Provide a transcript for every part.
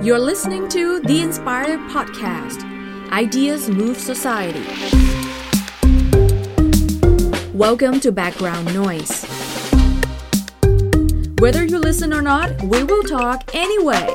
You're listening to The Inspired Podcast. Ideas Move Society. Welcome to Background Noise. Whether you listen or not, we will talk anyway.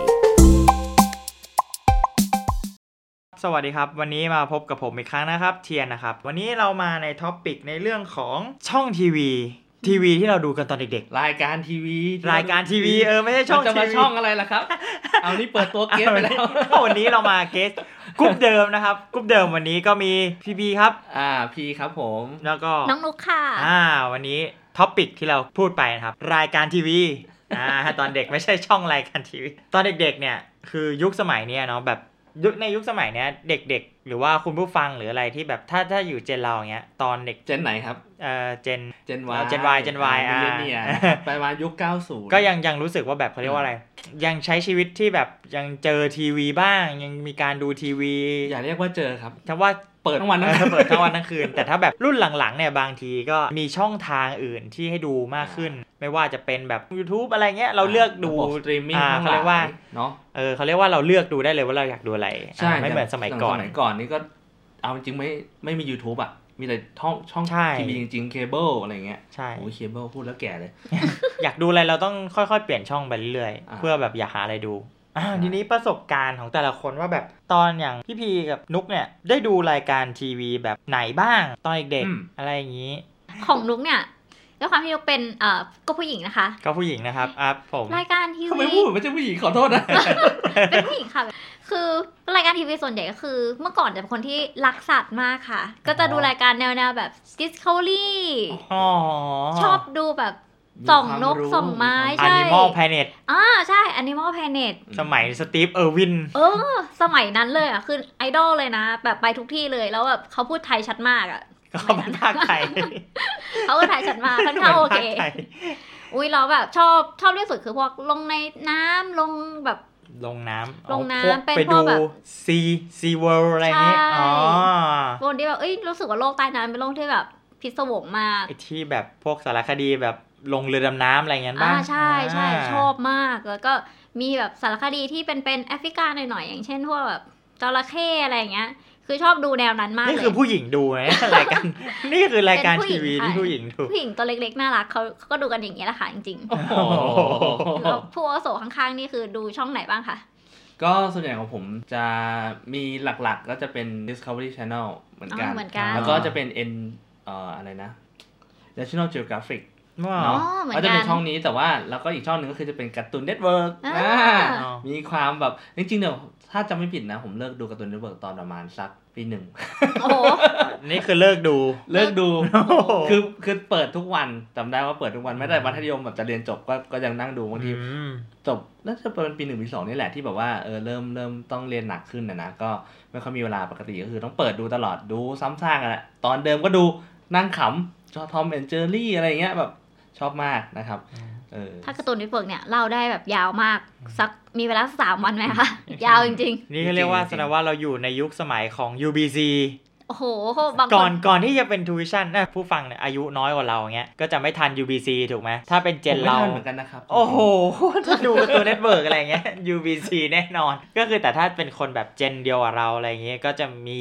สวัสดีครับวันนี้มาพบกับผมอีกครั้งนะครับเทียนนะครับวันนี้เรามาในท็อปิกในเรื่องของช่องทีวีที่เราดูกันตอนเด็กๆรายการทีวีไม่ใช่ช่องทีวีจะมาช่องอะไรล่ะครับ เอานี่เปิดตัวเกสไปแล้ววันนี้เรามาเกสกรุ๊ปเดิมนะครับกรุ๊ปเดิมวันนี้ก็มีพีครับพีครับผมแล้วก็น้องนุ๊กค่ะวันนี้ท็อปิกที่เราพูดไปนะครับรายการทีวีตอนเด็กไม่ใช่ช่องรายการทีวีตอนเด็กๆเนี่ยคือยุคสมัยเนี้ยเนาะแบบในยุคสมัยเนี้ยเด็กๆหรือว่าคุณผู้ฟังหรืออะไรที่แบบถ้าอยู่เจนเราอย่างเงี้ยตอนเด็กเจนไหนครับเจน Y มิลเลนเนียร์ประมาณยุค90 ก็ยังรู้สึกว่าแบบเขาเรียกว่าอะไรยังใช้ชีวิตที่แบบยังเจอทีวีบ้างยังมีการดูทีวีอย่าเรียกว่าเจอครับถ้าว่าเปิดทั้งวันเปิดทั้งวันทั้งคืนแต่ถ้าแบบรุ่นหลังๆเนี่ยบางทีก็มีช่องทางอื่นที่ให้ดูมากขึ้นไม่ว่าจะเป็นแบบ YouTube อะไรเงี้ยเราเลือกดูสตรีมมิ่งเขาเรียกว่าเนาะเขาเรียกว่าเราเลือกดูได้เลยว่าเราอยากดูอะไรไม่เหมือนสมัยก่อนนี่ก็เอาจริงไม่มี YouTube อ่ะมีแต่ช่องทีวีจริงๆเคเบิลอะไรเงี้ยใช่โอ้ยเคเบิลพูดแล้วแก่เลยอยากดูอะไรเราต้องค่อยๆเปลี่ยนช่องไปเรื่อยๆเพื่อแบบอยากหาอะไรดูทีนี้ประสบการณ์ของแต่ละคนว่าแบบตอนอย่างพี่พีกับนุ๊กเนี่ยได้ดูรายการทีวีแบบไหนบ้างตอนเด็กๆอะไรอย่างนี้ของนุ๊กเนี่ยด้วยความที่นุ๊กเป็นก็ผู้หญิงนะคะก็ผู้หญิงนะครับผมรายการทีวีทำไมพูดไม่ใช่ผู้หญิงขอโทษนะเป็นผู้หญิงค่ะคือรายการทีวีส่วนใหญ่ก็คือเมื่อก่อนจะเป็นคนที่รักสัตว์มากค่ะก็จะดูรายการแนวแบบ Discovery ชอบดูแบบส่องนกส่องไม้ใช่ Animal Planet ใช่ Animal Planet สมัยสตีฟเออร์วินสมัยนั้นเลยอ่ะคือไอดอลเลยนะแบบไปทุกที่เลยแล้วแบบเขาพูดไทยชัดมากอ่ะเขาเป็นภาคไทยเขาก็ไทยชัดมากค่อนข้างโอเคอุ้ยเราแบบชอบที่สุดคือพวกลงในน้ำลงแบบลงน้ำไปดูซีเวิลด์อะไรอย่างงี้คนที่แบบรู้สึกว่าโลกใต้น้ำเป็นโลกที่แบบพิศวงมากที่แบบพวกสารคดีแบบลงเรือดำน้ำอะไรเงี้ยบ้างใช่ชอบมากแล้วก็มีแบบสารคดีที่เป็นแอฟริกาหน่อยๆอย่างเช่นพวกแบบจระเข้อะไรอย่างเงี้ยคือชอบดูแนวนั้นมากเลยนี่คือผู้หญิงดูนะรายการนี่คือรายการทีวีที่ผู้หญิงดูผู้หญิงตัวเล็กๆน่ารักเขาก็ดูกันอย่างเงี้ยแหละค่ะจริงๆแล้วผู้อาวุโสข้างๆนี่คือดูช่องไหนบ้างคะก็ส่วนใหญ่ของผมจะมีหลักๆก็จะเป็น Discovery Channel เหมือนกันแล้วก็จะเป็นอะไรนะ National Geographic เนาะก็จะเป็นช่องนี้แต่ว่าแล้วก็อีกช่องนึงก็คือจะเป็น Cartoon Network มีความแบบจริงๆเนี่ยถ้าจำไม่ผิดนะผมเลิกดู Cartoon Network ตอนประมาณสักปี1โอ้โหนี่คือเลิกดูคือเปิดทุกวันจำได้ว่าเปิดทุกวันไม่ได้มัธยมแบบจะเรียนจบก็ยังนั่งดูบางทีจบน่าจะเป็นปี1ปี2นี่แหละที่แบบว่าเริ่มต้องเรียนหนักขึ้นนะก็ไม่ค่อยมีเวลาปกติก็คือต้องเปิดดูตลอดดูซ้ำซากกันแหละตอนเดิมก็ดูนั่งขำชอบทอมแอนด์เจอรี่อะไรเงี้ยแบบชอบมากนะครับถ้าการ์ตูนนิเวิร์กเนี่ยเล่าได้แบบยาวมากสักมีเวลา3 วันไหมคะ ยาวจริงๆนี่เขาเรียกว่าแสดงว่าเราอยู่ในยุคสมัยของ UBC โอ้โหบางคนก่อนที่จะเป็นทูวิชั่นผู้ฟังเนี่ยอายุน้อยกว่าเราเงี้ยก็จะไม่ทัน UBC ถูกไหมถ้าเป็นเจนเราเหมือนกันนะครับโอ้โหถ้าดูการ์ตูนเน็ตเวิร์กอะไรเงี้ย UBC แน่นอนก็คือแต่ถ้าเป็นคนแบบเจนเดียวกับเราอะไรเงี้ยก็จะมี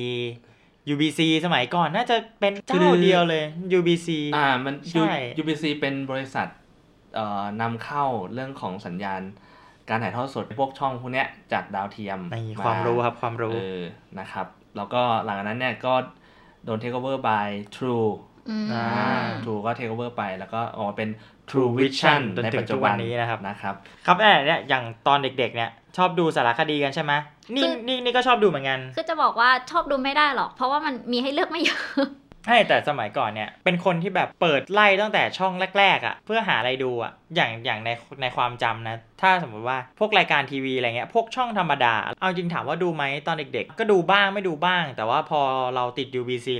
UBC สมัยก่อนน่าจะเป็นเจ้าเดียวเลย UBC มัน UBC เป็นบริษัทนำเข้าเรื่องของสัญญาณการถ่ายทอดสดพวกช่องพวกเนี้ยจากดาวเทียมความรู้ครับความรู้นะครับแล้วก็หลังจากนั้นเนี่ยก็โดน take over by True True ก็ take over ไปแล้วก็ออกมาเป็น True Vision ในปัจจุบันนี้นะครับเนี่ยอย่างตอนเด็กๆเนี่ยชอบดูสารคดีกันใช่ไหมนี่ก็ชอบดูเหมือนกันคือจะบอกว่าชอบดูไม่ได้หรอกเพราะว่ามันมีให้เลือกไม่เยอะใช่แต่สมัยก่อนเนี่ยเป็นคนที่แบบเปิดไล่ตั้งแต่ช่องแรกๆอ่ะเพื่อหาอะไรดูอ่ะอย่างในความจำนะถ้าสมมติว่าพวกรายการทีวีอะไรเงี้ยพวกช่องธรรมดาเอาจริงถามว่าดูไหมตอนเด็กๆก็ดูบ้างไม่ดูบ้างแต่ว่าพอเราติด UBC แล้วเนี่ย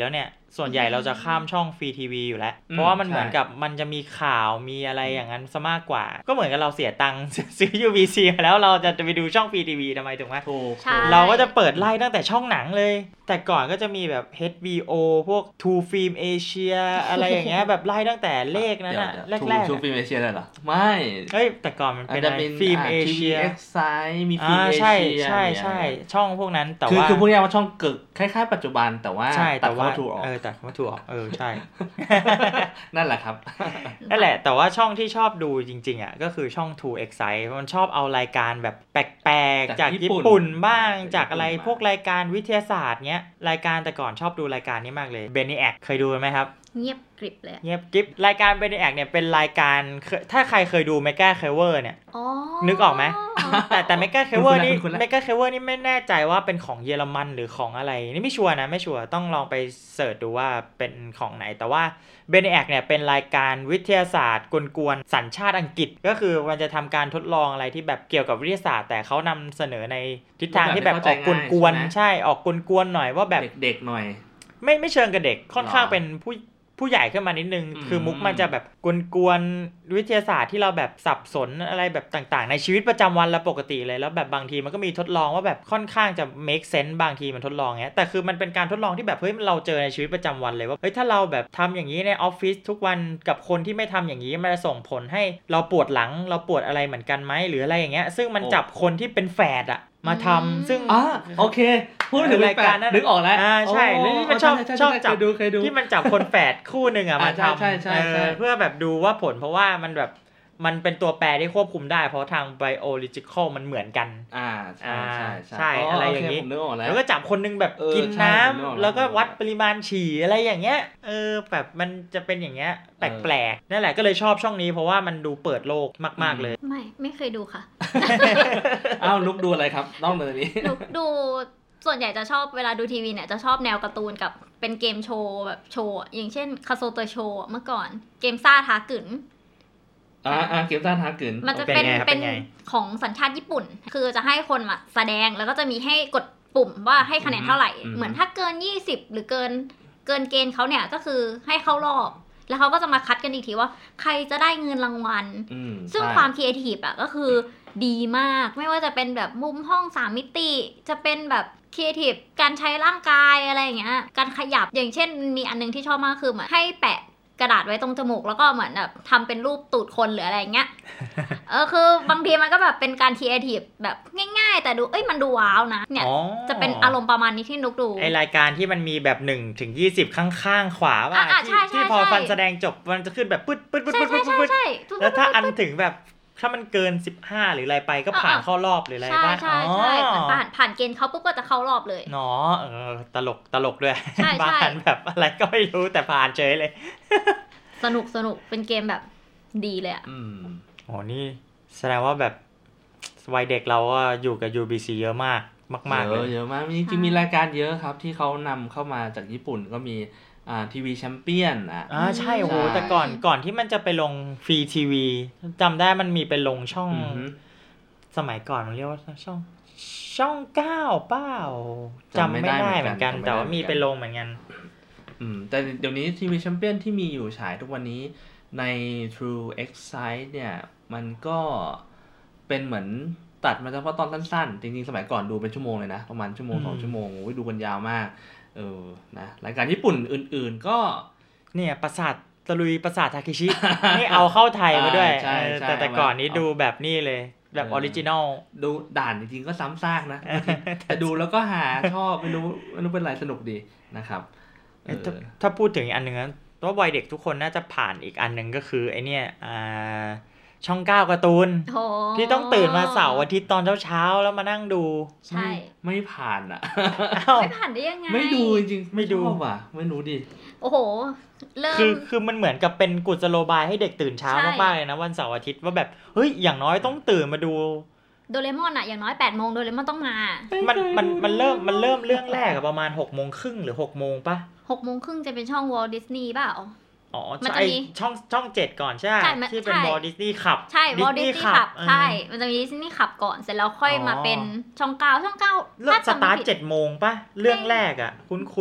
ส่วนใหญ่เราจะข้ามช่องฟรีทีวีอยู่แล้วเพราะว่ามันเหมือนกับมันจะมีข่าวมีอะไรอย่างนั้นซะมากกว่าก็เหมือนกับเราเสียตังค์ซื้อ UBC มาแล้วเราจะไปดูช่องฟรีทีวีทำไมถูกไหมเราก็จะเปิดไล่ตั้งแต่ช่องหนังเลยแต่ก่อนก็จะมีแบบ HBO พวก True Film Asia อะไรอย่างเงี้ยแบบไล่ตั้งแต่เลขนั้นน่ะแรกๆ True Film Asia เลยเหรอไม่เฮ้ยแต่ก่อนมันเป็นฟิล์มเอเชีย Excite มีฟิล์มเอเชียใช่ช่องพวกนั้นแต่ว่าคือพวกนี้ว่าช่องเกิดคล้ายๆปัจจุบันแต่ว่าตัดเข้าถูกออกตัดเข้าถูกออกใช่นั่นแหละครับนั่นแหละแต่ว่าช่องที่ชอบดูจริงๆอ่ะก็คือช่อง True Excite มันชอบเอารายการแบบแปลกๆจากญี่ปุ่นบ้างจากอะไรพวกรายการวิทยาศาสตร์เงี้ยรายการแต่ก่อนชอบดูรายการนี้มากเลย Brainiac เคยดูไหมครับเงียบกริบเลยเงียบกริบรายการ Brainiac เนี่ยเป็นรายการถ้าใครเคยดู Mega Clever เนี่ยนึกออกไหมแต่ Mega Clever นี่ Mega Clever นี่ไม่แน่ใจว่าเป็นของเยอรมันหรือของอะไรนี่ไม่ชัวร์นะไม่ชัวร์ต้องลองไปเสิร์ชดูว่าเป็นของไหนแต่ว่า Brainiac เนี่ยเป็นรายการวิทยาศาสตร์กวนๆสัญชาติอังกฤษก็คือมันจะทไม่การทดลองอะไรที่แบบเกี่ยวกับวิทยาศาสตร์แต่เขานำเสนอในทิศทางที่แบบออกกวนๆใช่ออกกวนๆหน่อยว่าแบบเด็กๆหน่อยไม่เชิงกับเด็กค่อนข้างเป็นผู้ใหญ่ขึ้นมานิดนึงคือมุกมันจะแบบกวนๆวิทยาศาสตร์ที่เราแบบสับสนอะไรแบบต่างๆในชีวิตประจำวันเราปกติเลยแล้วแบบบางทีมันก็มีทดลองว่าแบบค่อนข้างจะ make sense บางทีมันทดลองเงี้ยแต่คือมันเป็นการทดลองที่แบบเฮ้ยเราเจอในชีวิตประจำวันเลยว่าเฮ้ยถ้าเราแบบทำอย่างนี้ในออฟฟิศทุกวันกับคนที่ไม่ทำอย่างนี้มันจะส่งผลให้เราปวดหลังเราปวดอะไรเหมือนกันไหมหรืออะไรอย่างเงี้ยซึ่งมันจับคนที่เป็นแฝดอะมาทำซึ่งโอเคพูดถึงรายการนึกออกแล้วใช่แล้วที่มันชอบจับที่มันจับคนแฝดคู่นึงอ่ะมาทำเพื่อแบบดูว่าผลเพราะว่ามันแบบมันเป็นตัวแปรที่ควบคุมได้เพราะทาง biological มันเหมือนกันใช่อะไรอย่างนี้แล้วก็จับคนนึงแบบกินน้ำแล้วก็วัดปริมาณฉี่อะไรอย่างเงี้ยแบบมันจะเป็นอย่างเงี้ยแปลกๆนั่นแหละก็เลยชอบช่องนี้เพราะว่ามันดูเปิดโลกมากๆเลยไม่เคยดูค่ะลุกดูอะไรครับนอกเหนือนี้ลุกดูส่วนใหญ่จะชอบเวลาดูทีวีเนี่ยจะชอบแนวการ์ตูนกับเป็นเกมโชว์แบบโชว์อย่างเช่นคาโซโตโชว์เมื่อก่อนเกมซ่าทากึ๋นเกมซ่าทากึ๋นมันจะเป็นของสัญชาติญี่ปุ่นคือจะให้คนมาแสดงแล้วก็จะมีให้กดปุ่มว่าให้คะแนนเท่าไหร่เหมือนถ้าเกิน20หรือเกินเกณฑ์เขาเนี่ยก็คือให้เข้ารอบแล้วเขาก็จะมาคัดกันอีกทีว่าใครจะได้เงินรางวัลซึ่งความครีเอทีฟอ่ะก็คือดีมากไม่ว่าจะเป็นแบบมุมห้อง3มิติจะเป็นแบบครีเอทีฟการใช้ร่างกายอะไรอย่างเงี้ยการขยับอย่างเช่นมีอันนึงที่ชอบมากคือเหมือนให้แปะกระดาษไว้ตรงจมูกแล้วก็เหมือนแบบทำเป็นรูปตูดคนหรืออะไรเงี้ยคือบางทีมันก็แบบเป็นการครีเอทีฟแบบง่ายๆแต่ดูมันดูว้าวนะเนี่ยจะเป็นอารมณ์ประมาณนี้ที่นุกดูไอรายการที่มันมีแบบ1ถึง20ข้างๆขวาว่าที่พอฟันแสดงจบมันจะขึ้นแบบปึ๊ดแล้วถ้าอันถึงแบบถ้ามันเกิน15หรืออะไรไปก็ผ่านเข้ารอบหรืออะไรป่ะใช่ผ่านเกณฑ์เขาปุ๊บก็จะเข้ารอบเลยเนาะตลกด้วยบ้านแบบอะไรก็ไม่รู้แต่ผ่านเฉยเลยสนุกเป็นเกมแบบดีเลยอ่ะนี่แสดงว่าแบบวัยเด็กเราก็อยู่กับ UBC เยอะมากเลยเยอะมากจริงๆมีรายการเยอะครับที่เขานำเข้ามาจากญี่ปุ่นก็มีทีวีแชมเปี้ยนใช่โหแต่ก่อนที่มันจะไปลงฟรีทีวีจำได้มันมีไปลงช่องสมัยก่อนมันเรียกว่าช่อง9เปล่าจำไม่ได้เหมือนกันแต่ว่ามีไปลงเหมือนกันแต่เดี๋ยวนี้ทีวีแชมเปี้ยนที่มีอยู่ฉายทุกวันนี้ใน True Excite เนี่ยมันก็เป็นเหมือนตัดมาเฉพาะตอนสั้นๆจริงๆสมัยก่อนดูเป็นชั่วโมงเลยนะประมาณ1-2 ชั่วโมงดูกันยาวมากนะรายการญี่ปุ่นอื่นๆก็เนี่ยปราสาทตะลุยปราสาททาเคชิ นี่เอาเข้าไทยมาด้วยแต่ก่อนนี้ดูแบบนี้เลยแบบออริจินอลดูด่านจริงๆก็ซ้ำซากนะ แต่ดูแล้วก็หาชอบไม่รู้เป็นไรสนุกดีนะครับถ้าพูดถึงอีกอันนึงนะว่าวัยเด็กทุกคนน่าจะผ่านอีกอันนึงก็คือไอเนี่ยช่อง9การ์ตูนที่ต้องตื่นมาเสาร์อาทิตย์ตอนเช้าๆแล้วมานั่งดูใช่ไม่ผ่านไม่ผ่านได้ยังไงไม่ดูจริงๆไม่ดูว่ะไม่รู้ดิโอ้โหคือมันเหมือนกับเป็นกุศโลบายให้เด็กตื่นเช้ามากๆเลยนะวันเสาร์อาทิตย์ว่าแบบเฮ้ยอย่างน้อยต้องตื่นมาดูโดเรมอนอ่ะอย่างน้อย 8:00 นโดเรมอนต้องมามันเริ่มเรื่องแรกประมาณ 6:30 นหรือ 6:00 นป่ะ 6:30 นจะเป็นช่อง Walt Disney เปล่ามันจะมีช่อง7ก่อนใช่ที่เป็น Walt Disney ขับใช่ Walt Disney ขับใช่มันจะมี Disney ขับก่อนเสร็จแล้วค่อยมาเป็นช่อง9เริ่มสตาร์ท 7:00 นป่ะเรื่องแรกอ่ะคุ้น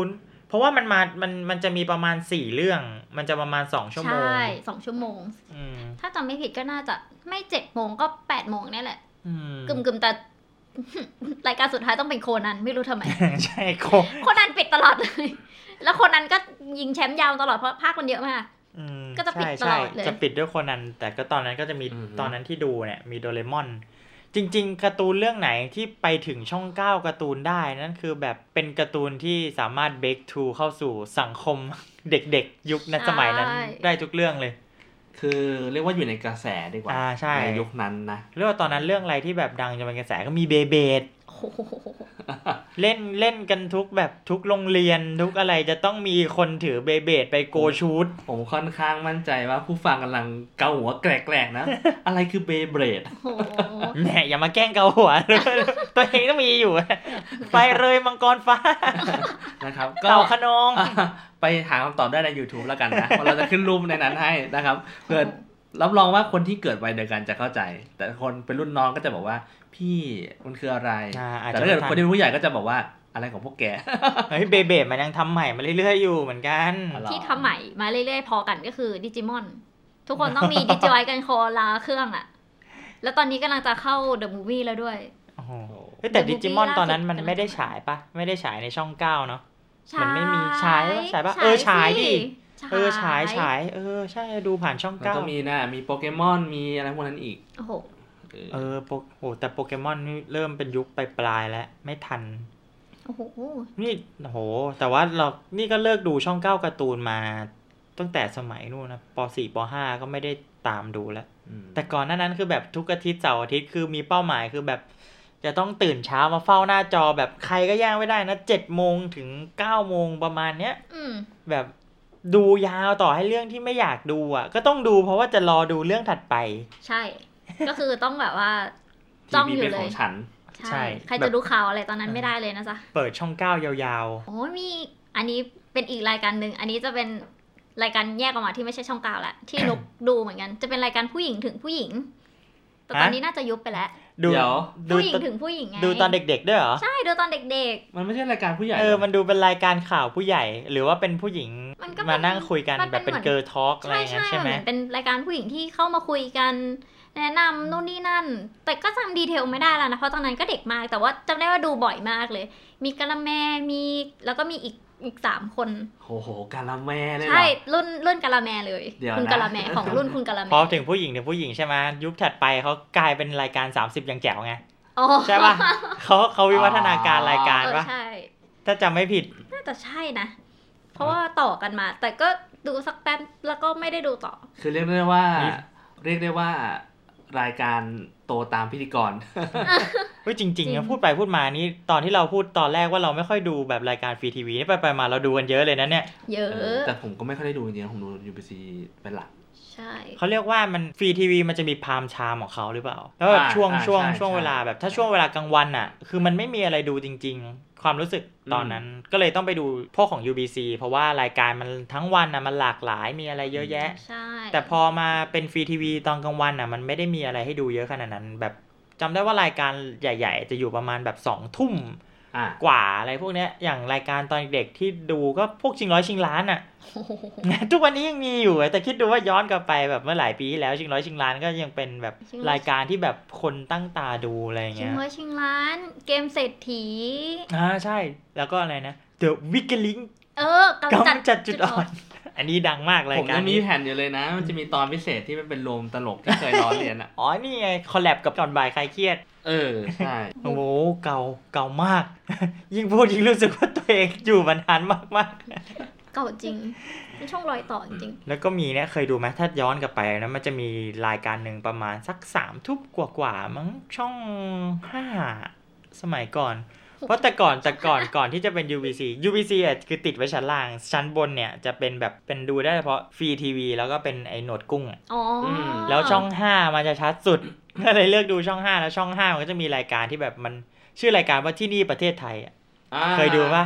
เพราะว่ามันจะมีประมาณ4เรื่องมันจะประมาณ2ชั่วโมงใช่2ชั่วโมงถ้าจำไม่ผิดก็น่าจะไม่7โมงก็8โมงนี่แหละกึ่มๆแต่รายการสุดท้ายต้องเป็นโคนันไม่รู้ทำไมใช่โคนันปิดตลอดเลยแล้วโคนันก็ยิงแชมป์ยาวตลอดเพราะภาคมันเยอะมากก็จะปิดตลอดเลยจะปิดด้วยโคนันแต่ก็ตอนนั้นก็จะมีตอนนั้นที่ดูเนี่ยมีโดเรมอนจริงๆการ์ตูนเรื่องไหนที่ไปถึงช่อง9การ์ตูนได้นั่นคือแบบเป็นการ์ตูนที่สามารถ break through เข้าสู่สังคมเด็กๆยุคนั้นสมัยนั้นได้ทุกเรื่องเลยคือเรียกว่าอยู่ในกระแสดีกว่าในยุคนั้นนะเรียกว่าตอนนั้นเรื่องอะไรที่แบบดังจนเป็นกระแสก็มีเบเบดเล่นกันทุกแบบทุกโรงเรียนทุกอะไรจะต้องมีคนถือเบเบดไปโกชูดผมค่อนข้างมั่นใจว่าผู้ฟังกำลังเกาหัวแกรกๆนะ อะไรคือเบเบดแหมอย่ามาแกล้งเกาหัวตัวเองต้องมีอยู่ไปเลยมังกรฟ้านะครับเต่าขนองไปหาคำตอบได้ใน YouTube แล้วกันนะเราจะขึ้นรูปในนั้นให้นะครับเพื่อรับรองว่าคนที่เกิดวัยเดียวกันจะเข้าใจแต่คนเป็นรุ่นน้องก็จะบอกว่าพี่มันคืออะไรแต่ถ้าเกิดคนที่เป็นผู้ใหญ่ก็จะบอกว่าอะไรของพวกแกเฮ้ยเบเบดมันยังทำใหม่มาเรื่อยๆอยู่เหมือนกันที่ทำใหม่มาเรื่อยๆพอกันก็คือดิจิมอนทุกคนต้องมีดิจิไวกันคอลาเครื่องอ่ะแล้วตอนนี้กำลังจะเข้าเดอะมูฟวี่แล้วด้วยโอ้โหแต่ดิจิมอนตอนนั้นมันไม่ได้ฉายปะไม่ได้ฉายในช่อง9เนาะมันไม่มีฉายปะฉายดิฉายใช่ดูผ่านช่อง9 ก็มีนะมีโปเกมอนมีอะไรพวกนั้นอีกโอ้โหแต่โปเกมอนนี่เริ่มเป็นยุคปลายแล้วไม่ทันโอ้โหนี่โหแต่ว่านี่ก็เลิกดูช่อง9การ์ตูนมาตั้งแต่สมัยนู่นนะป.4 ป.5 ก็ไม่ได้ตามดูแล้วแต่ก่อนหน้านั้นคือแบบทุกอาทิตย์เสาร์อาทิตย์คือมีเป้าหมายคือแบบจะต้องตื่นเช้ามาเฝ้าหน้าจอแบบใครก็ย่างไม่ได้นะ7โมงถึง9โมงประมาณเนี้ยแบบดูยาวต่อให้เรื่องที่ไม่อยากดูอ่ะก็ต้องดูเพราะว่าจะรอดูเรื่องถัดไปใช่ก็คือต้องแบบว่าจ้องอยู่เลยของฉันใช่ใครจะดูข่าวอะไรตอนนั้นไม่ได้เลยนะจ๊ะเปิดช่อง9ยาวๆโอ้มีอันนี้เป็นอีกรายการนึงอันนี้จะเป็นรายการแยกออกมาที่ไม่ใช่ช่อง9แหละที่นุกดูเหมือนกันจะเป็นรายการผู้หญิงถึงผู้หญิงแต่ตอนนี้น่าจะยุบไปแล้วผู้หญิงถึงผู้หญิงไงดูตอนเด็กๆด้วยเหรอใช่ดูตอนเด็กๆมันไม่ใช่รายการผู้ใหญ่มันดูเป็นรายการข่าวผู้ใหญ่หรือว่าเป็นผู้หญิงมานั่งคุยกันแบบเป็นเกิร์ลทอล์กอะไรอย่างเงี้ยใช่ไหมเป็นรายการผู้หญิงที่เข้ามาคุยกันแนะนำนู่นนี่นั่นแต่ก็จำดีเทลไม่ได้แล้วนะเพราะตอนนั้นก็เด็กมากแต่ว่าจำได้ว่าดูบ่อยมากเลยมีกะละแมมีแล้วก็มีอีก3คนโอ้โหกะละแมเลยเหรอใช่รุ่นกะละแมเลยคุณกะละแมของรุ่นคุณกะละแมพอถึงผู้หญิงใช่ไหมยุคถัดไปเขากลายเป็นรายการ30ยังแจ๋วไงใช่ป่ะเขาวิวัฒนาการรายการป่ะใช่ถ้าจำไม่ผิดน่าจะใช่นะเพราะว่าต่อกันมาแต่ก็ดูสักแป๊บแล้วก็ไม่ได้ดูต่อคือเรียกได้ว่ารายการโตตามพิธีกรเฮ้ยจริงๆนะพูดไปพูดมานี่ตอนที่เราพูดตอนแรกว่าเราไม่ค่อยดูแบบรายการฟรีทีวีนี่ไปมาเราดูกันเยอะเลยนะเนี่ยเยอะแต่ผมก็ไม่ค่อยได้ดูจริงๆผมดู UBC เป็นหลักใช่เขาเรียกว่ามันฟรีทีวีมันจะมีพามไทม์ของเขาหรือเปล่าแล้วแบบช่วงเวลาแบบถ้าช่วงเวลากลางวันอ่ะคือมันไม่มีอะไรดูจริงๆความรู้สึกตอนนั้นก็เลยต้องไปดูพวกของ UBC เพราะว่ารายการมันทั้งวันน่ะมันหลากหลายมีอะไรเยอะแยะใช่แต่พอมาเป็นฟรีทีวีตอนกลางวันน่ะมันไม่ได้มีอะไรให้ดูเยอะขนาดนั้นแบบจำได้ว่ารายการใหญ่ๆจะอยู่ประมาณแบบ20 ทุ่มกว่าอะไรพวกเนี้ยอย่างรายการตอนเด็กที่ดูก็พวกชิงร้อยชิงล้านอ่ะทุกวันนี้ยังมีอยู่แต่คิดดูว่าย้อนกลับไปแบบเมื่อหลายปีที่แล้วชิงร้อยชิงล้านก็ยังเป็นแบบรายการที่แบบคนตั้งตาดูอะไรเงี้ยชิงร้อยชิงล้านเกมเศรษฐีใช่แล้วก็อะไรนะ The Wiggling กำจัดจุดอ่อนอันนี้ดังมากรายการผมยังมีแผ่นอยู่เลยนะมันจะมีตอนพิเศษที่มันเป็นโรมตลกที่เคยล้อเลียนอ๋อนี่ไงคอลแลบกับก่อนบ่ายใครเครียดใช่โอ้โหเก่ามากยิ่งพูดยิ่งรู้สึกว่าตัวเองอยู่มานานมากเก่าจริงเป็นช่องรอยต่อจริงแล้วก็มีเนี่ยเคยดูไหมถ้าย้อนกลับไปนะมันจะมีรายการหนึ่งประมาณสัก3 ทุ่มกว่ามั้งช่อง5สมัยก่อนเพราะแต่ก่อนที่จะเป็น UBC อ่ะคือติดไว้ชั้นล่างชั้นบนเนี่ยจะเป็นแบบเป็นดูได้เฉพาะฟรีทีวีแล้วก็เป็นไอ้หนวดกุ้งแล้วช่อง5มันจะชัดสุดก็เลยเลือกดูช่อง5แล้วช่อง5มันก็จะมีรายการที่แบบมันชื่อรายการว่าที่นี่ประเทศไทยอ่ะเคยดูป่ะ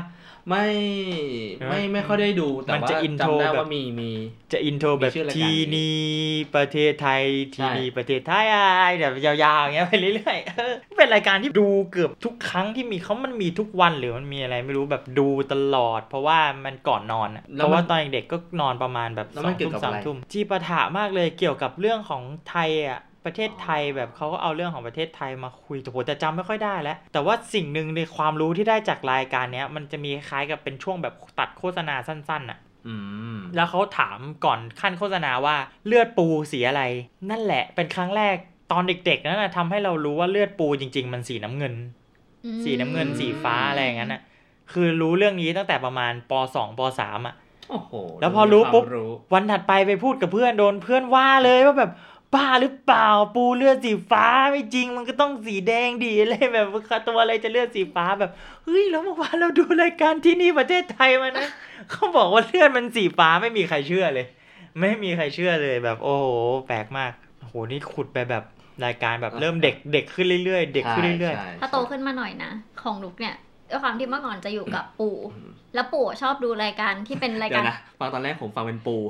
ไม่ค่อยได้ดูแต่ว่าจำได้ว่ามีจะอินโทรแบบทีนี่ประเทศไทยทีนี่ประเทศไทยแบบยาวๆอย่างเงี้ยไปเรื่อยๆเป็นรายการที่ดูเกือบทุกครั้งที่มันมีทุกวันหรือมันมีอะไรไม่รู้แบบดูตลอดเพราะว่ามันก่อนนอนเพราะว่าตอนเด็กก็นอนประมาณแบบ 2-3 ทุ่มที่ปะทะมากเลยเกี่ยวกับเรื่องของไทยประเทศไทยแบบเขาก็เอาเรื่องของประเทศไทยมาคุยแต่จำไม่ค่อยได้แล้วแต่ว่าสิ่งหนึ่งในความรู้ที่ได้จากรายการนี้มันจะมีคล้ายกับเป็นช่วงแบบตัดโฆษณาสั้นๆแล้วเขาถามก่อนขั้นโฆษณาว่าเลือดปูสีอะไรนั่นแหละเป็นครั้งแรกตอนเด็กๆนั่นนะทำให้เรารู้ว่าเลือดปูจริงๆมันสีน้ำเงินสีฟ้าอะไรอย่างนั้นนะคือรู้เรื่องนี้ตั้งแต่ประมาณป.2 ป.3 โอ้โหแล้วพอรู้ปุ๊บวันถัดไปพูดกับเพื่อนโดนเพื่อนว่าเลยว่าแบบบ้าหรือเปล่าปูเลือดสีฟ้าไม่จริงมันก็ต้องสีแดงดีอะไรแบบตัวอะไรจะเลือดสีฟ้าแบบเฮ้ยแล้วเมื่อวานเราดูรายการที่นี่ประเทศไทยมานะ เขาบอกว่าเลือดมันสีฟ้าไม่มีใครเชื่อเลยไม่มีใครเชื่อเลยแบบโอ้โหแปลกมากโอ้โหนี่ขุดไปแบบรายการแบบเริ่มเด็กขึ้นเรื่อยๆเด็กขึ้นเรื่อยๆถ้าโตขึ้นมาหน่อยนะของนุกเนี่ยด้วยความที่เมื่อก่อนจะอยู่กับปู่แล้วปู่ชอบดูรายการที่เป็นรายการนะฟังตอนแรกผมฟังเป็นปู่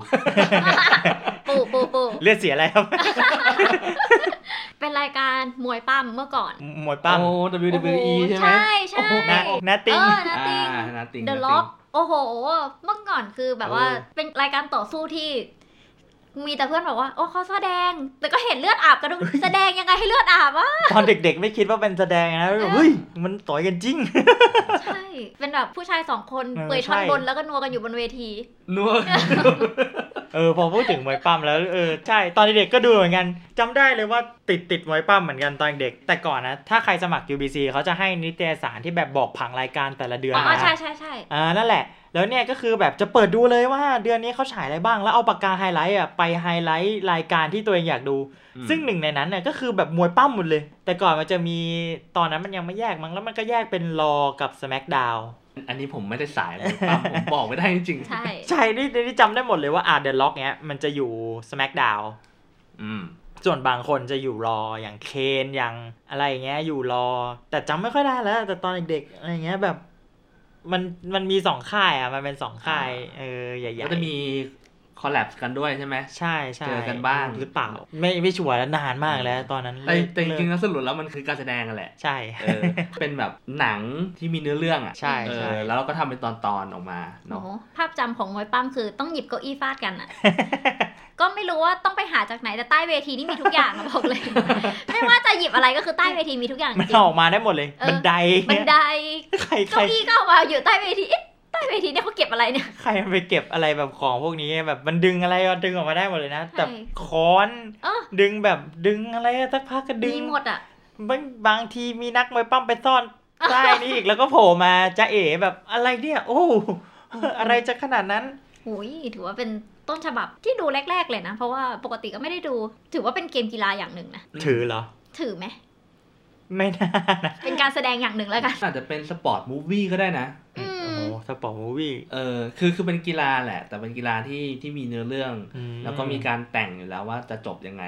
เลือดเสียอะไรครับเป็นรายการมวยปั้มเมื่อก่อนมวยปั้ม WWE ใช่ไหมใช่นัตติ้ง The Rock โอ้โหเมื่อก่อนคือแบบว่าเป็นรายการต่อสู้ที่มีแต่เพื่อนบอกว่าโอ้เขาแสดงแต่ก็เห็นเลือดอาบกันดูแสดงยังไงให้เลือดอาบวะตอนเด็กๆไม่คิดว่าเป็นแสดงนะเฮ้ยมันต่อยกันจริงใช่เป็นแบบผู้ชาย2คนเปยท่อนบนแล้วก็นัวกันอยู่บนเวทีนัวพอพูดถึงมวยปั้มแล้วใช่ตอนเด็กก็ดูเหมือนกันจำได้เลยว่าติดมวยปั้มเหมือนกันตอนเด็กแต่ก่อนนะถ้าใครสมัคร UBC เขาจะให้นิตยสารที่แบบบอกผังรายการแต่ละเดือนมาใช่นั่นแหละแล้วเนี่ยก็คือแบบจะเปิดดูเลยว่าเดือนนี้เขาฉายอะไรบ้างแล้วเอาปากกาไฮไลท์ไปไฮไลท์รายการที่ตัวเองอยากดูซึ่งหนึ่งในนั้นเนี่ยก็คือแบบมวยปั้มหมดเลยแต่ก่อนมันจะมีตอนนั้นมันยังไม่แยกมั้งแล้วมันก็แยกเป็นรอกับ SmackDown อันนี้ผมไม่ได้สายมวยปั้มผมบอกไม่ได้จริงๆใช่นี่จำได้หมดเลยว่าThe Rock เนี้ยมันจะอยู่ SmackDown ส่วนบางคนจะอยู่รออย่างเคนอย่างอะไรอย่างเงี้ยอยู่รอแต่จำไม่ค่อยได้แล้วแต่ตอนเด็กๆอะไรเงี้ยแบบมันมี2ค่ายมันเป็น2ค่ายใหญ่ๆก็จะมีคอลแลบกันด้วยใช่ไหมใช่เจอกันบ้างหรือเปล่าไม่ชัวร์แล้วนานมากแล้วตอนนั้นแต่จริงๆแล้วสรุปแล้วมันคือการแสดงกันแหละใช่เป็นแบบหนังที่มีเนื้อเรื่องใช่แล้วเราก็ทำเป็นตอนๆออกมาเนาะภาพจำของมวยปั้มคือต้องหยิบเก้าอี้ฟาดกันก็ไม่รู้ว่าต้องไปหาจากไหนแต่ใต้เวทีนี่มีทุกอย่างบอกเลยไม่ว่าจะหยิบอะไรก็คือใต้เวทีมีทุกอย่างจริงมันออกมาได้หมดเลยบันไดเก้าอี้ก็เอามาอยู่ใต้เวทีใต้เวทีเนี่ยเขาเก็บอะไรเนี่ยใครมันไปเก็บอะไรแบบของพวกนี้แบบมันดึงอะไรดึงออกมาได้หมดเลยนะแต่ค้อนดึงแบบดึงอะไรสักพักก็ดึงมีหมดบางทีมีนักมวยปั้มไปซ่อนใต้นี่อีกแล้วก็โผล่มาจะเอ๋แบบอะไรเนี่ยโอ้อะไรจะขนาดนั้นโอ้ยถือว่าเป็นต้นฉบับที่ดูแรกๆเลยนะเพราะว่าปกติก็ไม่ได้ดูถือว่าเป็นเกมกีฬาอย่างหนึ่งนะถือเหรอถือไหมไม่น่านะเป็นการแสดงอย่างหนึ่งแล้วกันอาจจะเป็นสปอร์ตมูฟวี่ก็ได้นะสปอร์ตมูฟวี่คือเป็นกีฬาแหละแต่เป็นกีฬาที่มีเนื้อเรื่องแล้วก็มีการแต่งอยู่แล้วว่าจะจบยังไง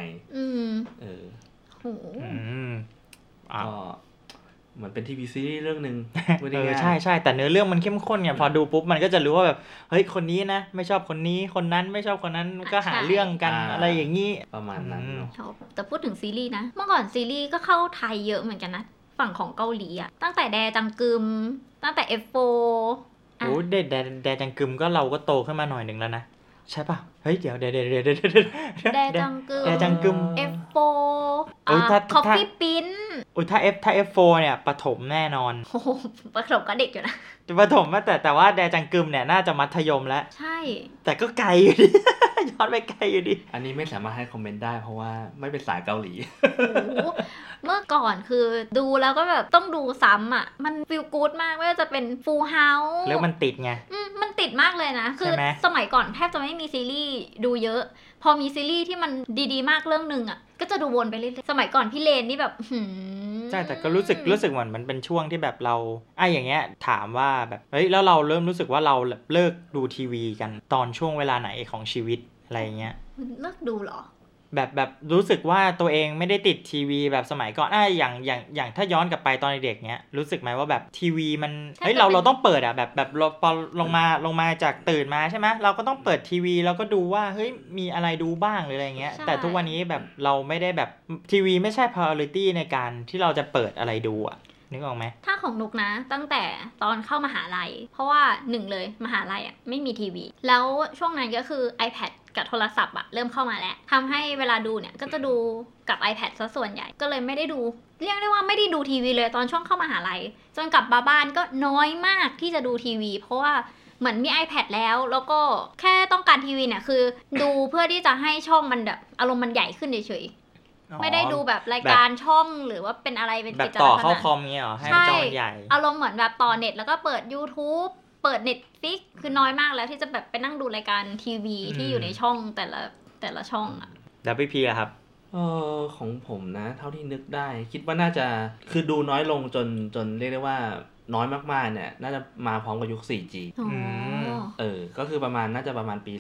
ก็เหมือนเป็นทีวีซีรีส์เรื่องนึงใช่แต่เนื้อเรื่องมันเข้มข้นเนี่ยพอดูปุ๊บมันก็จะรู้ว่าแบบเฮ้ยคนนี้นะไม่ชอบคนนี้คนนั้นไม่ชอบคนนั้นก็หาเรื่องกันอะไรอย่างนี้ประมาณนั้นแต่พูดถึงซีรีส์นะเมื่อก่อนซีรีส์ก็เข้าไทยเยอะเหมือนกันนะฝั่งของเกาหลีอ่ะตั้งแต่แดจังกึมตั้งแต่ F4 โอ้แดจังกึมก็เราก็โตขึ้นมาหน่อยนึงแล้วนะใช่ป่ะเฮ้ยเดี๋ยวแดจังกึม F4 Coffee Pin ถ้า F4 เนี่ยประถมแน่นอนโอ้โหประถมก็เด็กอยู่นะประถมแต่ว่าแดจังกึมเนี่ยน่าจะมัธยมแล้วใช่แต่ก็ไกลอยู่ดิย้อนไปไกลอยู่ดิอันนี้ไม่สามารถให้คอมเมนต์ได้เพราะว่าไม่เป็นสายเกาหลีเมื่อก่อนคือดูแล้วก็แบบต้องดูซ้ำอ่ะมันฟีลกู๊ดมากไม่ว่าจะเป็นฟูลเฮาส์แล้วมันติดไงมันติดมากเลยนะคือสมัยก่อนแทบจะไม่มีซีรีส์ดูเยอะพอมีซีรีส์ที่มันดีๆมากเรื่องนึงอ่ะก็จะดูวนไปเรื่อยๆสมัยก่อนพี่เลนนี่แบบใช่แต่ก็รู้สึกเหมือนมันเป็นช่วงที่แบบเราอย่างเงี้ยถามว่าแบบเฮ้ยแล้วเราเริ่มรู้สึกว่าเราเลิกดูทีวีกันตอนช่วงเวลาไหนของชีวิตอะไรเงี้ยเลิกดูเหรอแบบรู้สึกว่าตัวเองไม่ได้ติดทีวีแบบสมัยก่อนอย่างถ้าย้อนกลับไปตอนเด็กๆเนี้ยรู้สึกไหมว่าแบบทีวีมันเฮ้ยเราต้องเปิดอ่ะแบบพอลงมาจากตื่นมาใช่ไหมเราก็ต้องเปิดทีวีแล้วก็ดูว่าเฮ้ยมีอะไรดูบ้างหรืออะไรเงี้ยแต่ทุกวันนี้แบบเราไม่ได้แบบทีวีไม่ใช่ priority ในการที่เราจะเปิดอะไรดูอ่ะนึกออกไหมถ้าของนุกนะตั้งแต่ตอนเข้ามหาลัยเพราะว่าหนึ่งเลยมหาลัยอ่ะไม่มีทีวีแล้วช่วงนั้นก็คือ iPad กับโทรศัพท์อะเริ่มเข้ามาแล้วทำให้เวลาดูเนี่ยก็จะดูกับ iPad ซะส่วนใหญ่ก็เลยไม่ได้ดูเรียกได้ว่าไม่ได้ดูทีวีเลยตอนช่วงเข้ามหาลัยจนกลับมาบ้านก็น้อยมากที่จะดูทีวีเพราะว่าเหมือนมี iPad แล้วก็แค่ต้องการทีวีเนี่ยคือดูเพื่อที่จะให้ช่องมันแบบอารมณ์มันใหญ่ขึ้นเฉยๆไม่ได้ดูแบบรายการช่องหรือว่าเป็นอะไรเป็นกิจลักษณะแบบต่อเข้าคอมเงี้ยหรอให้จอใหญ่อารมณ์เหมือนแบบต่อเน็ตแล้วก็เปิด YouTube เปิด Netflix คือน้อยมากแล้วที่จะแบบไปนั่งดูรายการทีวีที่อยู่ในช่องแต่ละช่องอ่ะแล้วพี่ๆครับของผมนะเท่าที่นึกได้คิดว่าน่าจะคือดูน้อยลงจนเรียกได้ว่าน้อยมากๆเนี่ยน่าจะมาพร้อมกับยุค 4G ก็คือน่าจะประมาณปี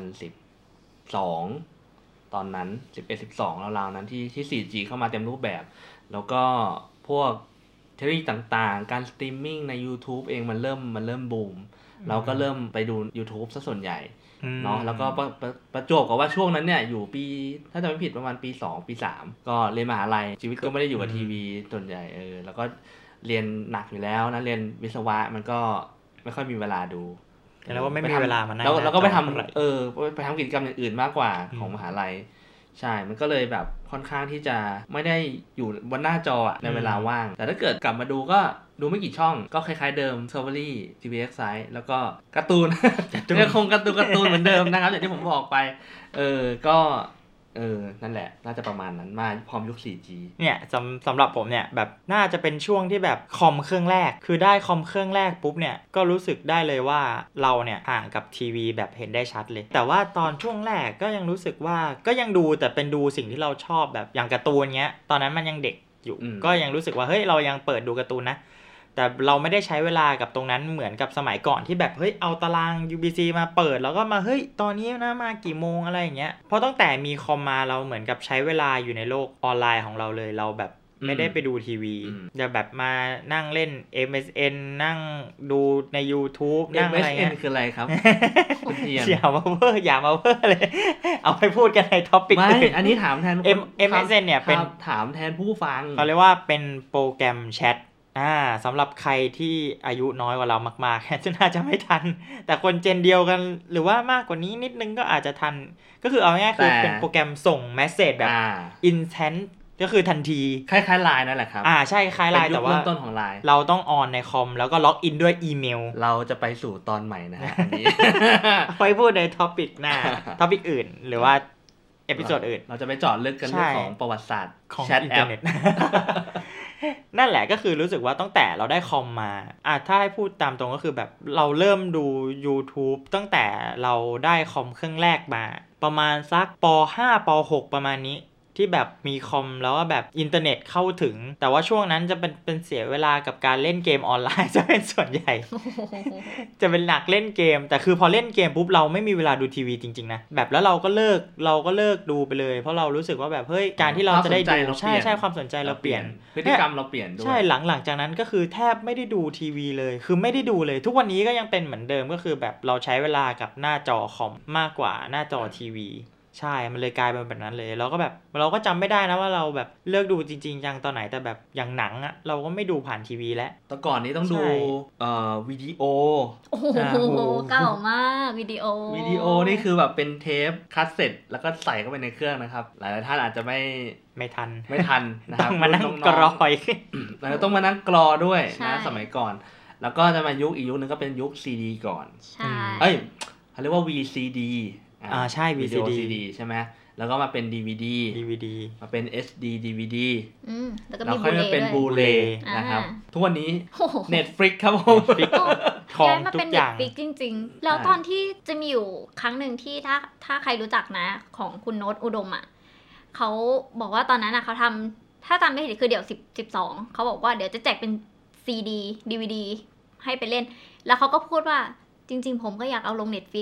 2012ตอนนั้น11-12ราวๆนั้นที่ 4G เข้ามาเต็มรูปแบบแล้วก็พวกเทคโนโลยีต่างๆการสตรีมมิ่งใน YouTube เองมันเริ่มบูมเราก็เริ่มไปดู YouTube ซะส่วนใหญ่เนาะแล้วก็ประจวบกับว่าช่วงนั้นเนี่ยอยู่ปีถ้าจำไม่ผิดประมาณปี2ปี3ก็เรียนมหาลัยชีวิตก็ไม่ได้อยู่กับทีวีส่วนใหญ่แล้วก็เรียนหนักอยู่แล้วนะเรียนวิศวะมันก็ไม่ค่อยมีเวลาดูแล้วว่าไม่มีเวลามานั่งแล้วก็ไปทำไปทำกิจกรรมอย่างอื่นมากกว่าของมหาลัยใช่มันก็เลยแบบค่อนข้างที่จะไม่ได้อยู่บนหน้าจอในเวลาว่างแต่ถ้าเกิดกลับมาดูก็ดูไม่กี่ช่องก็คล้ายๆเดิม Discovery TVX Side แล้วก็การ์ตูนยังคงการ์ตูนเหมือนเดิมนะครับอย่างที่ผมบอกไปก็นั่นแหละน่าจะประมาณนั้นมาพร้อมยุค 4G เนี่ยสำหรับผมเนี่ยแบบน่าจะเป็นช่วงที่แบบคอมเครื่องแรกคือได้คอมเครื่องแรกปุ๊บเนี่ยก็รู้สึกได้เลยว่าเราเนี่ยห่างกับทีวีแบบเห็นได้ชัดเลยแต่ว่าตอนช่วงแรกก็ยังรู้สึกว่าก็ยังดูแต่เป็นดูสิ่งที่เราชอบแบบอย่างการ์ตูนเงี้ยตอนนั้นมันยังเด็กอยู่ก็ยังรู้สึกว่าเฮ้ยเรายังเปิดดูการ์ตูนนะแต่เราไม่ได้ใช้เวลากับตรงนั้นเหมือนกับสมัยก่อนที่แบบเฮ้ยเอาตาราง UBC มาเปิดแล้วก็มาเฮ้ยตอนนี้นะมากี่โมงอะไรอย่างเงี้ยเพราะตั้งแต่มีคอมมาเราเหมือนกับใช้เวลาอยู่ในโลกออนไลน์ของเราเลยเราแบบไม่ได้ไปดูทีวีจะแบบมานั่งเล่น MSN นั่งดูใน YouTube นั่งอะไรเงี้ย MSN คืออะไรครับอย่ามาเพ้อเลยเอาไปพูดกันในท็อปิกไม่อันนี้ถามแทน MSN เนี่ยเป็นถามแทนผู้ฟังเขาเรียกว่าเป็นโปรแกรมแชทสำหรับใครที่อายุน้อยกว่าเรามากๆจะน่าจะไม่ทันแต่คนเจนเดียวกันหรือว่ามากกว่านี้นิดนึงก็อาจจะทันก็คือเอาง่ายๆคือเป็นโปรแกรมส่งเมสเสจแบบ instant ก็คือทันทีคล้ายๆ LINE นั่นแหละครับใช่คล้าย LINE แต่ว่าเริ่มต้นของ LINE เราต้องออนในคอมแล้วก็ล็อกอินด้วยอีเมลเราจะไปสู่ตอนใหม่นะฮะอันนี้ไปพูดในท็อปิกหน้าท็อปิกอื่นหรือว่าเอพิโซดอื่นเราจะไปเจาะลึกกันเรื่องของประวัติศาสตร์ของอินเทอร์เน็ตนั่นแหละก็คือรู้สึกว่าตั้งแต่เราได้คอมมาถ้าให้พูดตามตรงก็คือแบบเราเริ่มดู YouTube ตั้งแต่เราได้คอมเครื่องแรกมาประมาณสักป.5 ป.6 ประมาณนี้ที่แบบมีคอมแล้วก็แบบอินเทอร์เน็ตเข้าถึงแต่ว่าช่วงนั้นจะเป็นเสียเวลากับการเล่นเกมออนไลน์จะเป็นส่วนใหญ่ จะเป็นหนักเล่นเกมแต่คือพอเล่นเกมปุ๊บเราไม่มีเวลาดูทีวีจริงๆนะแบบแล้วเราก็เลิกดูไปเลยเพราะเรารู้สึกว่าแบบเฮ้ยการที่เราจะได้ดูใช่ความสนใจเราเปลี่ยนพฤติกรรมเราเปลี่ยนด้วยใช่หลังจากนั้นก็คือแทบไม่ได้ดูทีวีเลยคือไม่ได้ดูเลยทุกวันนี้ก็ยังเป็นเหมือนเดิมก็คือแบบเราใช้เวลากับหน้าจอคอมมากกว่าหน้าจอทีวีใช่มันเลยกลายเป็นแบบนั้นเลยเราก็จำไม่ได้นะว่าเราแบบเลิกดูจริงๆจังตอนไหนแต่แบบอย่างหนังอะเราก็ไม่ดูผ่านทีวีแล้วแต่ก่อนนี้ต้องดูวิดีโอโอ้โหเก่ามากวิดีโอนี่คือแบบเป็นเทปคัสเซ็ตแล้วก็ใส่เข้าไปในเครื่องนะครับหลายๆท่านอาจจะไม่ทันนะครับต้องมานั่งกรอยแล้วต้องมานั่งกรอด้วยนะสมัยก่อนแล้วก็จะมาอีกยุคนึงก็เป็นยุค CD ก่อนใช่เขาเรียกว่า VCD ใช่ VCD ใช่ไหมแล้วก็มาเป็น DVD มาเป็น SD DVD แล้วก็มีมาเป็นบูเลนะครับทุกวันนี้ Netflix ครับผมย้ายมาเป็น Netflix จริงๆแล้วตอนที่จะมีอยู่ครั้งหนึ่งที่ถ้าใครรู้จักนะของคุณโน้ตอุดมเขาบอกว่าตอนนั้นเขาทำถ้าจำไม่ผิดคือเดี๋ยว12เขาบอกว่าเดี๋ยวจะแจกเป็น CD DVD ให้ไปเล่นแล้วเขาก็พูดว่าจริงๆผมก็อยากเอาลง Netflix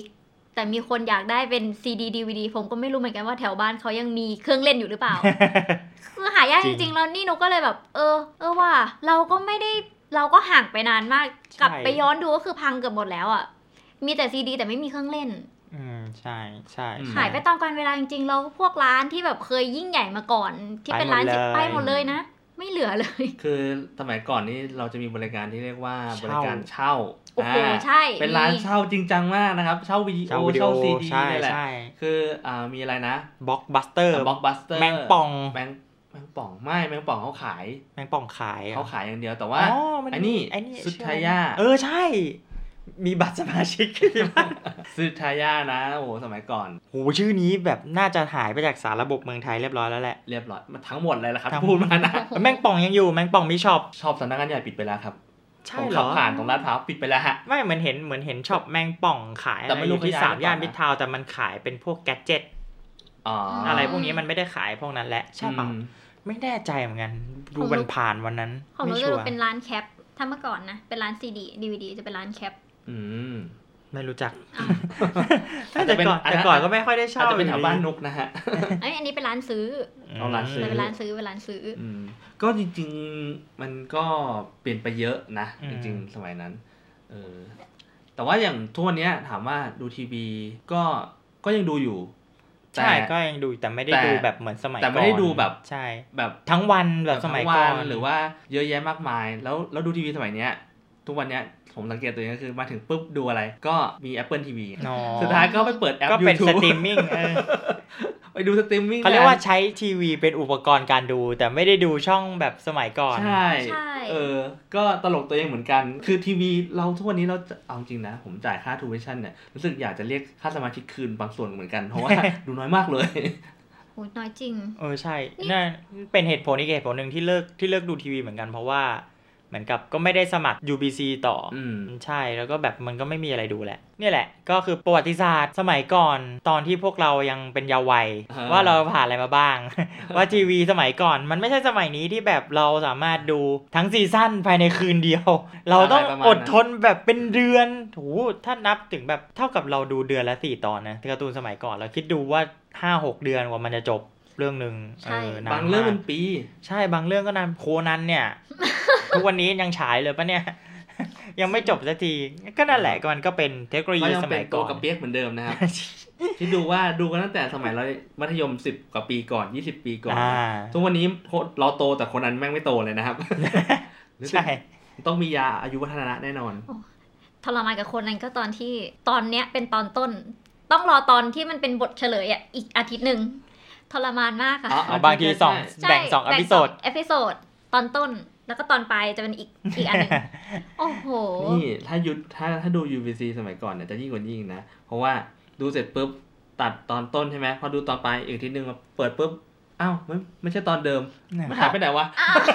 แต่มีคนอยากได้เป็น CD DVD ผมก็ไม่รู้เหมือนกันว่าแถวบ้านเขายังมีเครื่องเล่นอยู่หรือเปล่า คือหายากจริงๆแล้วนี่นุกก็เลยแบบว่าเราก็ห่างไปนานมากกลับไปย้อนดูก็คือพังเกือบหมดแล้วอ่ะมีแต่ CD แต่ไม่มีเครื่องเล่นใช่หายไปตามกาลเวลาจริงๆแล้วพวกร้านที่แบบเคยยิ่งใหญ่มาก่อนที่เป็นร้านไปหมดเลยนะไม่เหลือเลยคือสมัยก่อนนี่เราจะมีบริการที่เรียกว่าบริการเช่าโอ้โหใช่เป็นร้านเช่าจริงจังมากนะครับเช่าวิดีโอเช่า CD นี่แหละคือมีอะไรนะ Blockbuster แมงป่องไม่แมงป่องเขาขายแมงป่องขายเขาขายอย่างเดียวแต่ว่าไอ้นี่สุดท้ายใช่มีบัตรสมาชิกสุดท้ายนะโอ้สมัยก่อนโหชื่อนี้แบบน่าจะหายไปจากสารระบบเมืองไทยเรียบร้อยแล้วแหละเรียบร้อยมาทั้งหมดเลยละครับพูดมานะแมงป่องยังอยู่แมงป่องมีช็อปสำนักงานใหญ่ปิดไปแล้วครับใช่เหรอผ่านตรงลาดพร้าวปิดไปแล้วฮะไม่เหมือนเห็นช็อปแมงป่องขายอะไรอยู่ที่3 ย่านมิตรทาวน์แต่มันขายเป็นพวกแกดเจ็ตอะไรพวกนี้มันไม่ได้ขายพวกนั้นแหละใช่ป่ะไม่แน่ใจเหมือนกันดูมันผ่านวันนั้นของเราจะเป็นร้านแคปถ้าเมื่อก่อนนะเป็นร้าน CD DVD จะเป็นร้านแคปไม่รู้จักแต่ก่อนก็ไม่ค่อยได้เช่าจะเป็นแถวบ้านนุกนะฮะอันนี้เป็นร้านซื้อร้านซื้อเป็นร้านซื้อก็จริงๆมันก็เปลี่ยนไปเยอะนะจริงๆสมัยนั้นแต่ว่าอย่างทุกวันนี้ถามว่าดูทีวีก็ยังดูอยู่ใช่ก็ยังดูแต่ไม่ได้ดูแบบเหมือนสมัยก่อนแต่ไม่ได้ดูแบบใช่แบบทั้งวันแบบสมัยก่อนหรือว่าเยอะแยะมากมายแล้วดูทีวีสมัยเนี้ยทุกวันเนี้ยผมสังเกตตัวเองก็คือมาถึงปุ๊บดูอะไรก็มี Apple TV สุดท้ายก็ไปเปิดแอป YouTube ก็เป็นสตรีมมิ่งไปดูสตรีมมิ่งเขาเรียกว่าใช้ทีวีเป็นอุปกรณ์การดูแต่ไม่ได้ดูช่องแบบสมัยก่อนใช่ก็ตลกตัวเองเหมือนกันคือทีวีเราทุกวันนี้เราเอาจริงนะผมจ่ายค่าทูวิชั่นเนี่ยรู้สึกอยากจะเรียกค่าสมาชิกคืนบางส่วนเหมือนกันเพราะว่าดูน้อยมากเลยโหน้อยจริงใช่นั่นเป็นเหตุผลอีกเหตุผลนึงที่เลิกดูทีวีเหมือนกันเพราะว่าเหมือนกับก็ไม่ได้สมัคร UBC ต่อใช่แล้วก็แบบมันก็ไม่มีอะไรดูแหละนี่แหละก็คือประวัติศาสตร์สมัยก่อนตอนที่พวกเรายังเป็นเยาว์วัยว่าเราผ่านอะไรมาบ้างว่าทีวีสมัยก่อนมันไม่ใช่สมัยนี้ที่แบบเราสามารถดูทั้งซีซั่นภายในคืนเดียวเราต้องอดทนแบบเป็นเดือนโหถ้านับถึงแบบเท่ากับเราดูเดือนละ4 ตอนนะการ์ตูนสมัยก่อนเราคิดดูว่า 5-6 เดือนกว่ามันจะจบเรื่องนึงบางเรื่องเป็นปีใช่บางเรื่องก็นานโคนันเนี่ยทุกวันนี้ยังฉายเลยปะเนี่ยยังไม่จบสักทีก็นั่นแหละมันก็เป็นเทคโนโลยีสมัยก่อนตัวกระเปี๊ยกเหมือนเดิมนะครับที่ดูกันตั้งแต่สมัยเรามัธยม10 กว่าปีก่อน20 ปีก่อนทุกวันนี้เราโตแต่คนนั้นแม่งไม่โตเลยนะครับใช่ต้องมียาอายุวัฒนะแน่นอนทรมานกับคนนั้นก็ตอนที่ตอนเนี้ยเป็นตอนต้นต้องรอตอนที่มันเป็นบทเฉลยอ่ะอีกอาทิตย์นึงทรมานมากค่ะบางทีแบ่ง2 เอพิโซดตอนต้นแล้วก็ตอนปลายจะเป็นอีกอันนึงโอ้โหนี่ถ้าดู UBC สมัยก่อนเนี่ยจะยิ่งกว่ายิ่งนะเพราะว่าดูเสร็จปุ๊บตัดตอนต้นใช่ไหมพอดูตอนปลายอีกทีนึงมาเปิดปุ๊บอ้าวไม่ใช่ตอนเดิมมันหายไปไหนวะ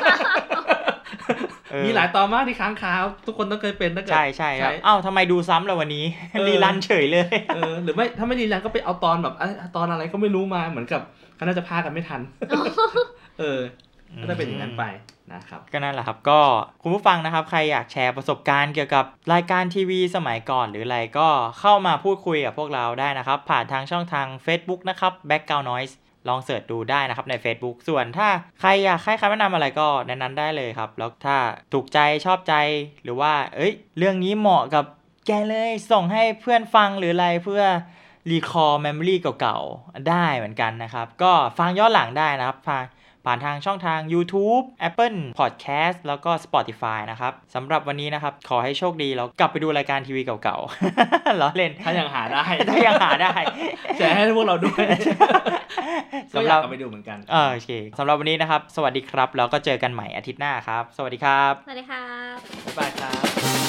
มีหลายตอนมากที่ค้างคาทุกคนต้องเคยเป็นตั้งแต่ใช่ครับอ้าวทำไมดูซ้ำล่ะวันนี้รีรันเฉยเลยหรือไม่ถ้าไม่รีรันก็ไปเอาตอนแบบตอนอะไรก็ไม่รู้มาเหมือนกับเขาน่าจะพากันไม่ทันก็จะเป็นอย่างนั้นไปนะครับก็นั่นแหละครับก็คุณผู้ฟังนะครับใครอยากแชร์ประสบการณ์เกี่ยวกับรายการทีวีสมัยก่อนหรืออะไรก็เข้ามาพูดคุยกับพวกเราได้นะครับผ่านทางช่องทาง Facebook นะครับ Background Noise ลองเสิร์ชดูได้นะครับใน Facebook ส่วนถ้าใครอยากให้คำแนะนำอะไรก็ในนั้นได้เลยครับแล้วถ้าถูกใจชอบใจหรือว่าเรื่องนี้เหมาะกับแกเลยส่งให้เพื่อนฟังหรืออะไรเพื่อรีคอร์เมมโมรี่เก่าๆได้เหมือนกันนะครับก็ฟังย้อนหลังได้นะครับผ่านทางช่องทาง YouTube Apple Podcast แล้วก็ Spotify นะครับสำหรับวันนี้นะครับขอให้โชคดีแล้วกลับไปดูรายการทีวีเก่าๆล้อเล่นถ้ายังหาได้แชร์ให้พวกเราด้วยสำหรับกลับไปดูเหมือนกันโอเคสำหรับวันนี้นะครับสวัสดีครับแล้วก็เจอกันใหม่อาทิตย์หน้าครับสวัสดีครับสวัสดีครับบ๊ายบายครับ